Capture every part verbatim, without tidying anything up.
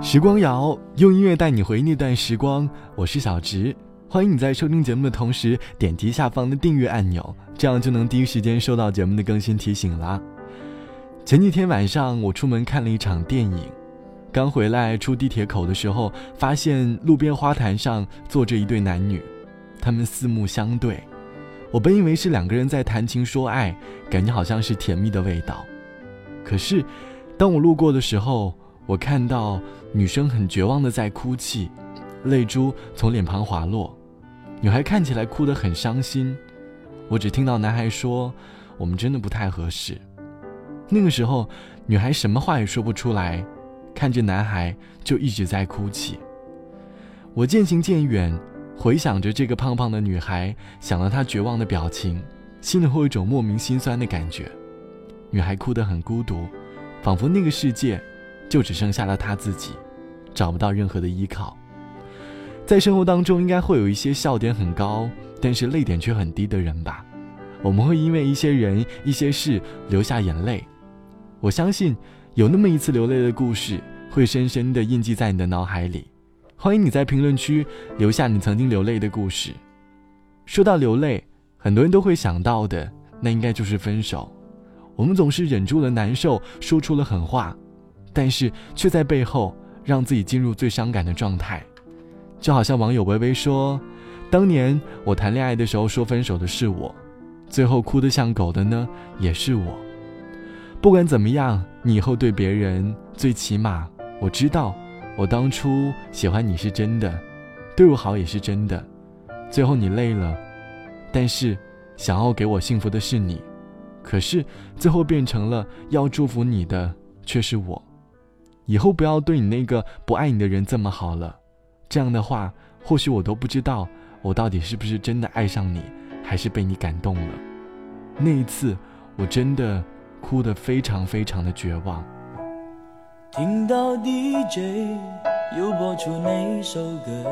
时光谣，用音乐带你回忆那段时光，我是小直，欢迎你在收听节目的同时点击下方的订阅按钮，这样就能第一时间收到节目的更新提醒啦。前几天晚上我出门看了一场电影，刚回来出地铁口的时候，发现路边花坛上坐着一对男女，他们四目相对，我本以为是两个人在谈情说爱，感觉好像是甜蜜的味道。可是当我路过的时候，我看到女生很绝望的在哭泣，泪珠从脸庞滑落，女孩看起来哭得很伤心。我只听到男孩说，我们真的不太合适。那个时候女孩什么话也说不出来，看着男孩就一直在哭泣。我渐行渐远，回想着这个胖胖的女孩，想了她绝望的表情，心里会有一种莫名心酸的感觉。女孩哭得很孤独，仿佛那个世界就只剩下了她自己，找不到任何的依靠。在生活当中应该会有一些笑点很高，但是泪点却很低的人吧。我们会因为一些人一些事流下眼泪，我相信有那么一次流泪的故事会深深地印记在你的脑海里。欢迎你在评论区留下你曾经流泪的故事。说到流泪，很多人都会想到的那应该就是分手。我们总是忍住了难受，说出了狠话，但是却在背后让自己进入最伤感的状态。就好像网友微微说，当年我谈恋爱的时候说分手的是我，最后哭得像狗的呢也是我。不管怎么样，你以后对别人，最起码我知道我当初喜欢你是真的，对我好也是真的。最后你累了，但是想要给我幸福的是你，可是最后变成了要祝福你的却是我。以后不要对你那个不爱你的人这么好了，这样的话或许我都不知道我到底是不是真的爱上你，还是被你感动了。那一次我真的哭得非常非常的绝望。 听到 D J 又播出那首歌，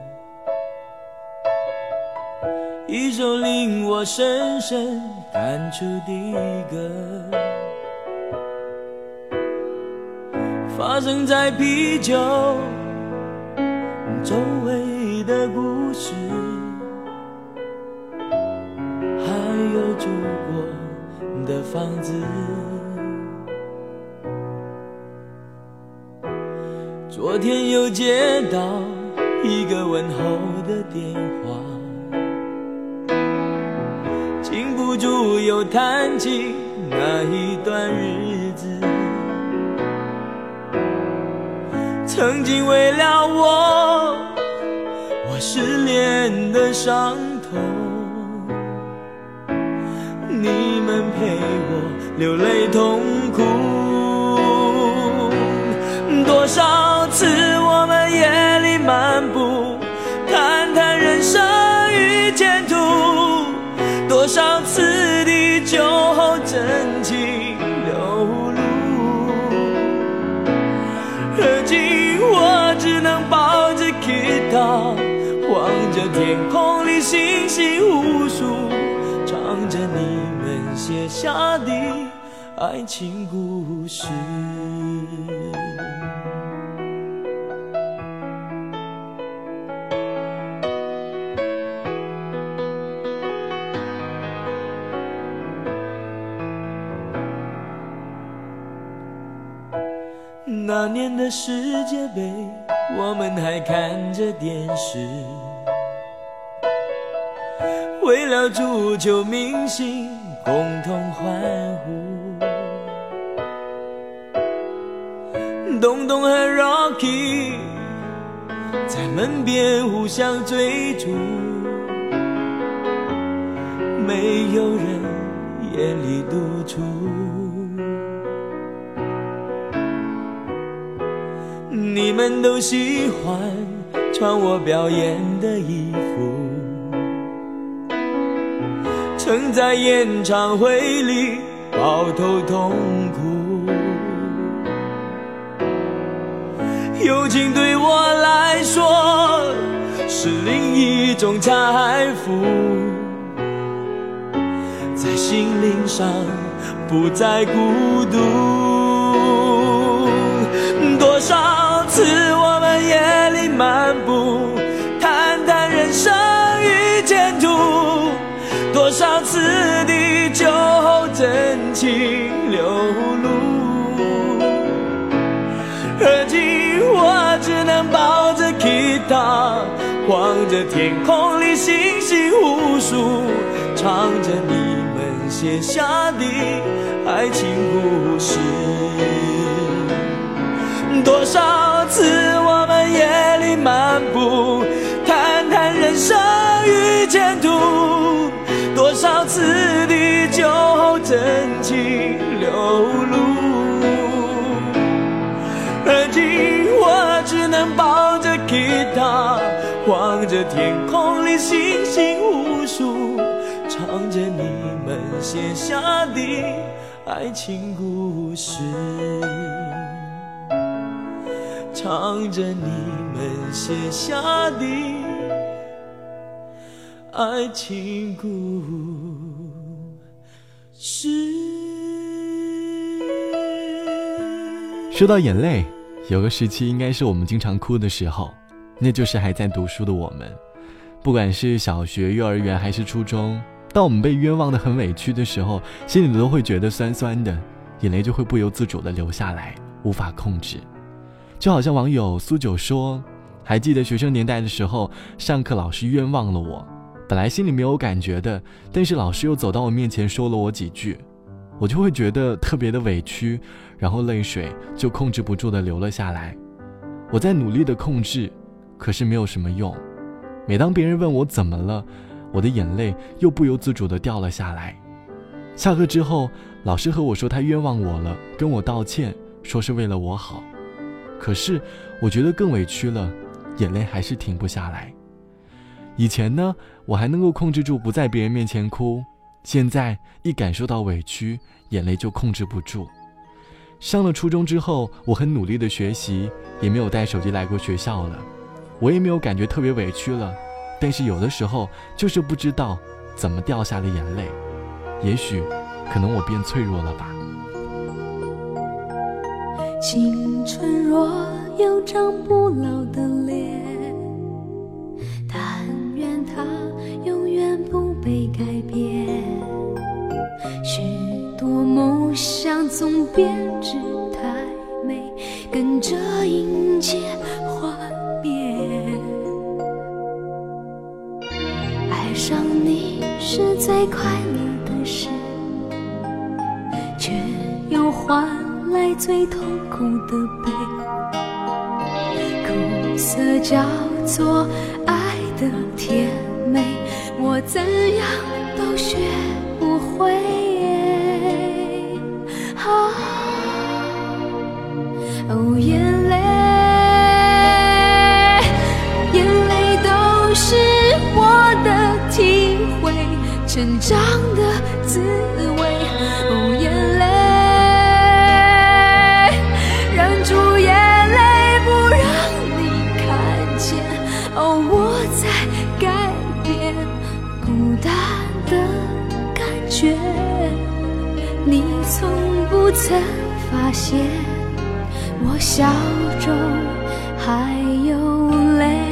一首令我深深感触的歌，发生在啤酒周围的故事，还有住过的房子。昨天又接到一个问候的电话，禁不住又谈起那一段日子，曾经为了我我失恋的伤痛，你们陪我流泪痛哭。多少次我们夜里漫步，谈谈人生与前途，多少次的酒后真情流露，如今我只能抱着吉他，望着天空里星星无数，唱着你们写下的爱情故事。那年的世界杯，我们还看着电视，为了足球明星共同欢呼。东东和 Rocky 在门边互相追逐，没有人眼里独处。你们都喜欢穿我表演的衣服，曾在演唱会里抱头痛哭。友情对我来说是另一种财富，在心灵上不再孤独。多少次情流露。而今我只能抱着吉他，望着天空里星星无数，唱着你们写下的爱情故事。多少次我们夜里漫步，谈谈人生与前途，多少次的酒后真情流露。而今我只能抱着吉他，望着天空里星星无数，唱着你们写下的爱情故事，唱着你们写下的爱情故事。 说到眼泪，有个时期应该是我们经常哭的时候，那就是还在读书的我们。不管是小学、幼儿园还是初中，当我们被冤枉得很委屈的时候，心里都会觉得酸酸的，眼泪就会不由自主地流下来，无法控制。就好像网友苏九说，还记得学生年代的时候，上课老师冤枉了我，本来心里没有感觉的，但是老师又走到我面前说了我几句，我就会觉得特别的委屈，然后泪水就控制不住的流了下来。我在努力的控制，可是没有什么用。每当别人问我怎么了，我的眼泪又不由自主的掉了下来。下课之后，老师和我说他冤枉我了，跟我道歉，说是为了我好。可是我觉得更委屈了，眼泪还是停不下来。以前呢，我还能够控制住不在别人面前哭，现在一感受到委屈，眼泪就控制不住。上了初中之后，我很努力的学习，也没有带手机来过学校了，我也没有感觉特别委屈了，但是有的时候就是不知道怎么掉下了眼泪，也许可能我变脆弱了吧。 青春若有张不老的脸，但愿它永远不被改变。许多梦想总编织太美，跟着迎接幻灭。爱上你是最快乐的事，却又换来最痛苦的悲。苦涩叫做爱的甜美，我怎样都学不会。啊，哦，眼泪，眼泪都是我的体会，成长的滋味。哦，眼泪。哦，我在改变孤单的感觉，你从不曾发现我笑中还有泪。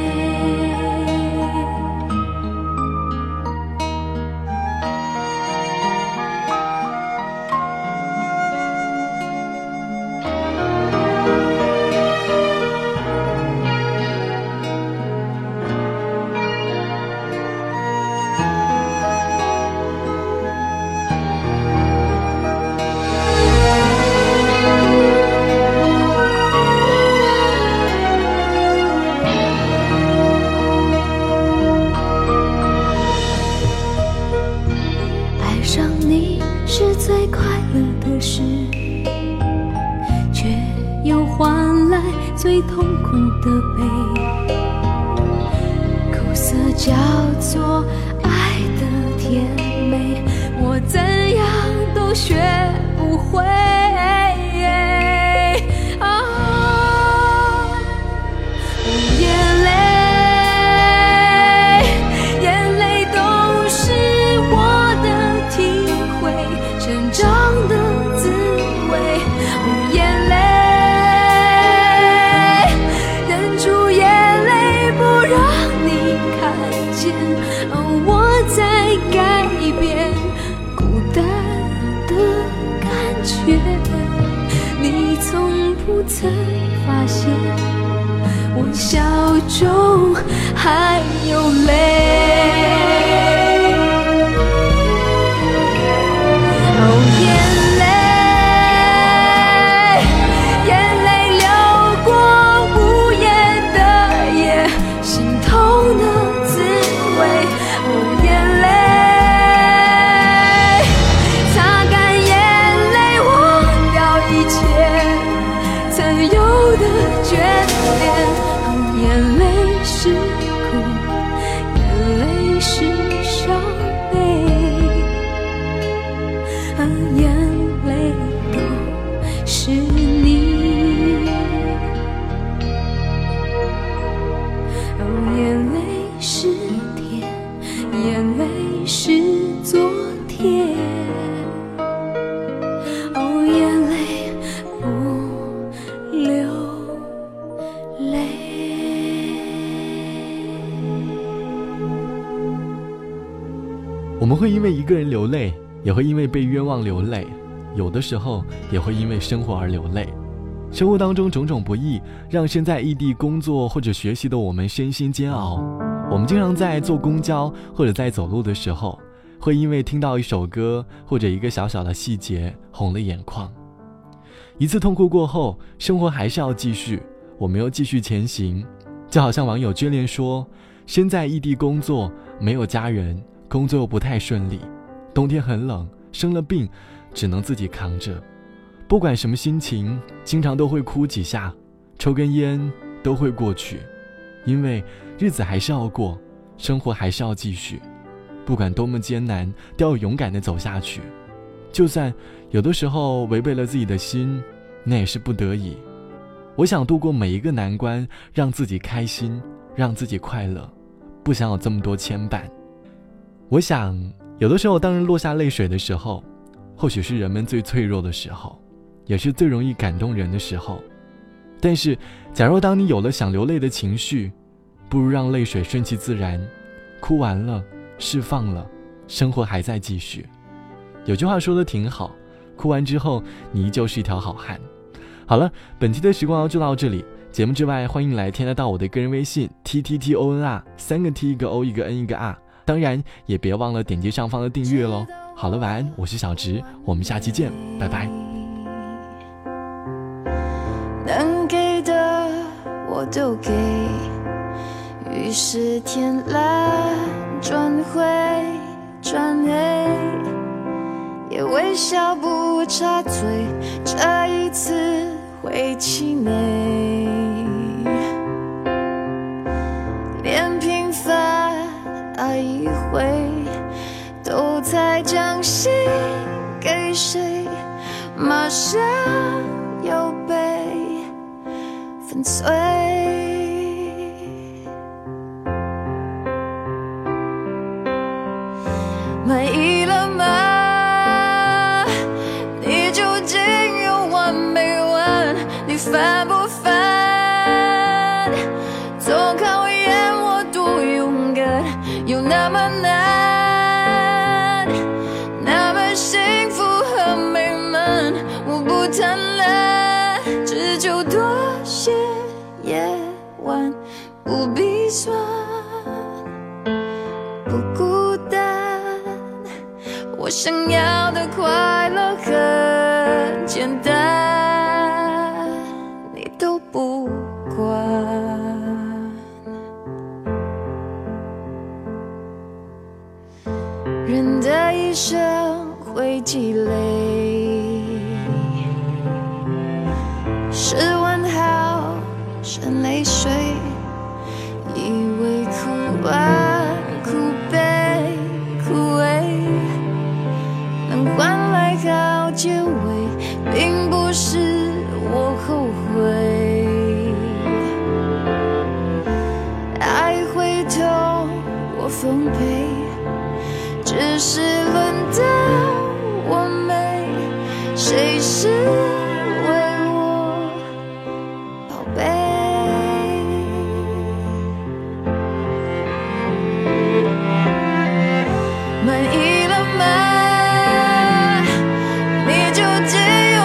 是最快乐的事，却又换来最痛苦的悲。苦涩叫做爱的甜美，我怎样都学不会。忍住眼泪，不让你看见。 觉，你从不曾发现我笑中还有泪。哦，眼泪，眼泪流过无言的夜，心痛的滋味。哦，眼泪，擦干眼泪，忘掉一切曾有的眷恋。哦，眼泪是苦，眼泪是伤悲。眼泪都是你，哦，眼泪是甜，眼泪是昨天，哦，眼泪不流泪。 我们会因为一个人流泪，也会因为被冤枉流泪，有的时候也会因为生活而流泪。生活当中种种不易，让身在异地工作或者学习的我们身心煎熬。我们经常在坐公交或者在走路的时候，会因为听到一首歌或者一个小小的细节红了眼眶。一次痛苦过后，生活还是要继续，我们又继续前行。就好像网友眷恋说，身在异地工作，没有家人，工作又不太顺利，冬天很冷，生了病只能自己扛着，不管什么心情，经常都会哭几下，抽根烟都会过去，因为日子还是要过，生活还是要继续，不管多么艰难，都要勇敢地走下去。就算有的时候违背了自己的心，那也是不得已。我想度过每一个难关，让自己开心，让自己快乐，不想有这么多牵绊。我想有的时候当人落下泪水的时候，或许是人们最脆弱的时候，也是最容易感动人的时候。但是假如当你有了想流泪的情绪，不如让泪水顺其自然，哭完了，释放了，生活还在继续。有句话说得挺好，哭完之后你依旧是一条好汉。好了，本期的时光就到这里，节目之外欢迎来添加到我的个人微信 T T T O N R， 三个 T 一个 O 一个 N 一个 R， 当然也别忘了点击上方的订阅咯。好了，晚安，我是小直，我们下期见，拜拜。 能给的我都给，于是天蓝转灰转黑，也微笑不插嘴，这一次会气馁，连平凡爱一回都才将心给谁，马上又被粉碎。满意了吗？你究竟有完没完？你烦不烦？总考验我多勇敢，有那么难，那么幸福和美满，我不贪婪，只求多些夜晚，不必酸，不孤单。我想要的快乐很简单，你都不管。人的一生会积累，试问好生泪水，以为哭完哭悲枯萎，能换来好结尾，并不是我后悔。爱会痛，我奉陪，只是轮到我没，谁是为我宝贝？满意了吗？你究竟有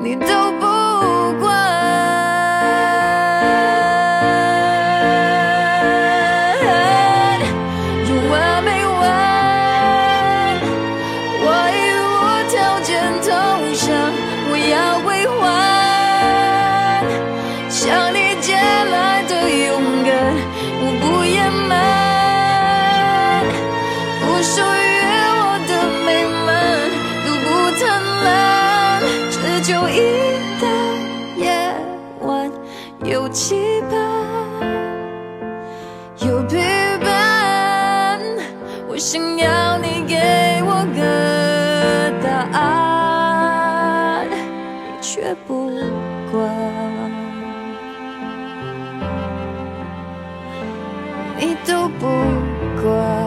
你都不管。有完没完？我已无条件投降，我要归还向你借来的勇敢，我不掩瞒，不属于我的美满都不贪婪，只求一到夜晚有期盼，有陪伴。我想要你给我个答案，你却不管，你都不管，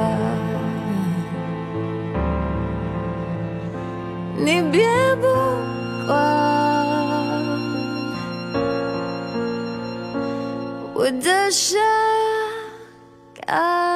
你别不管，我的伤感。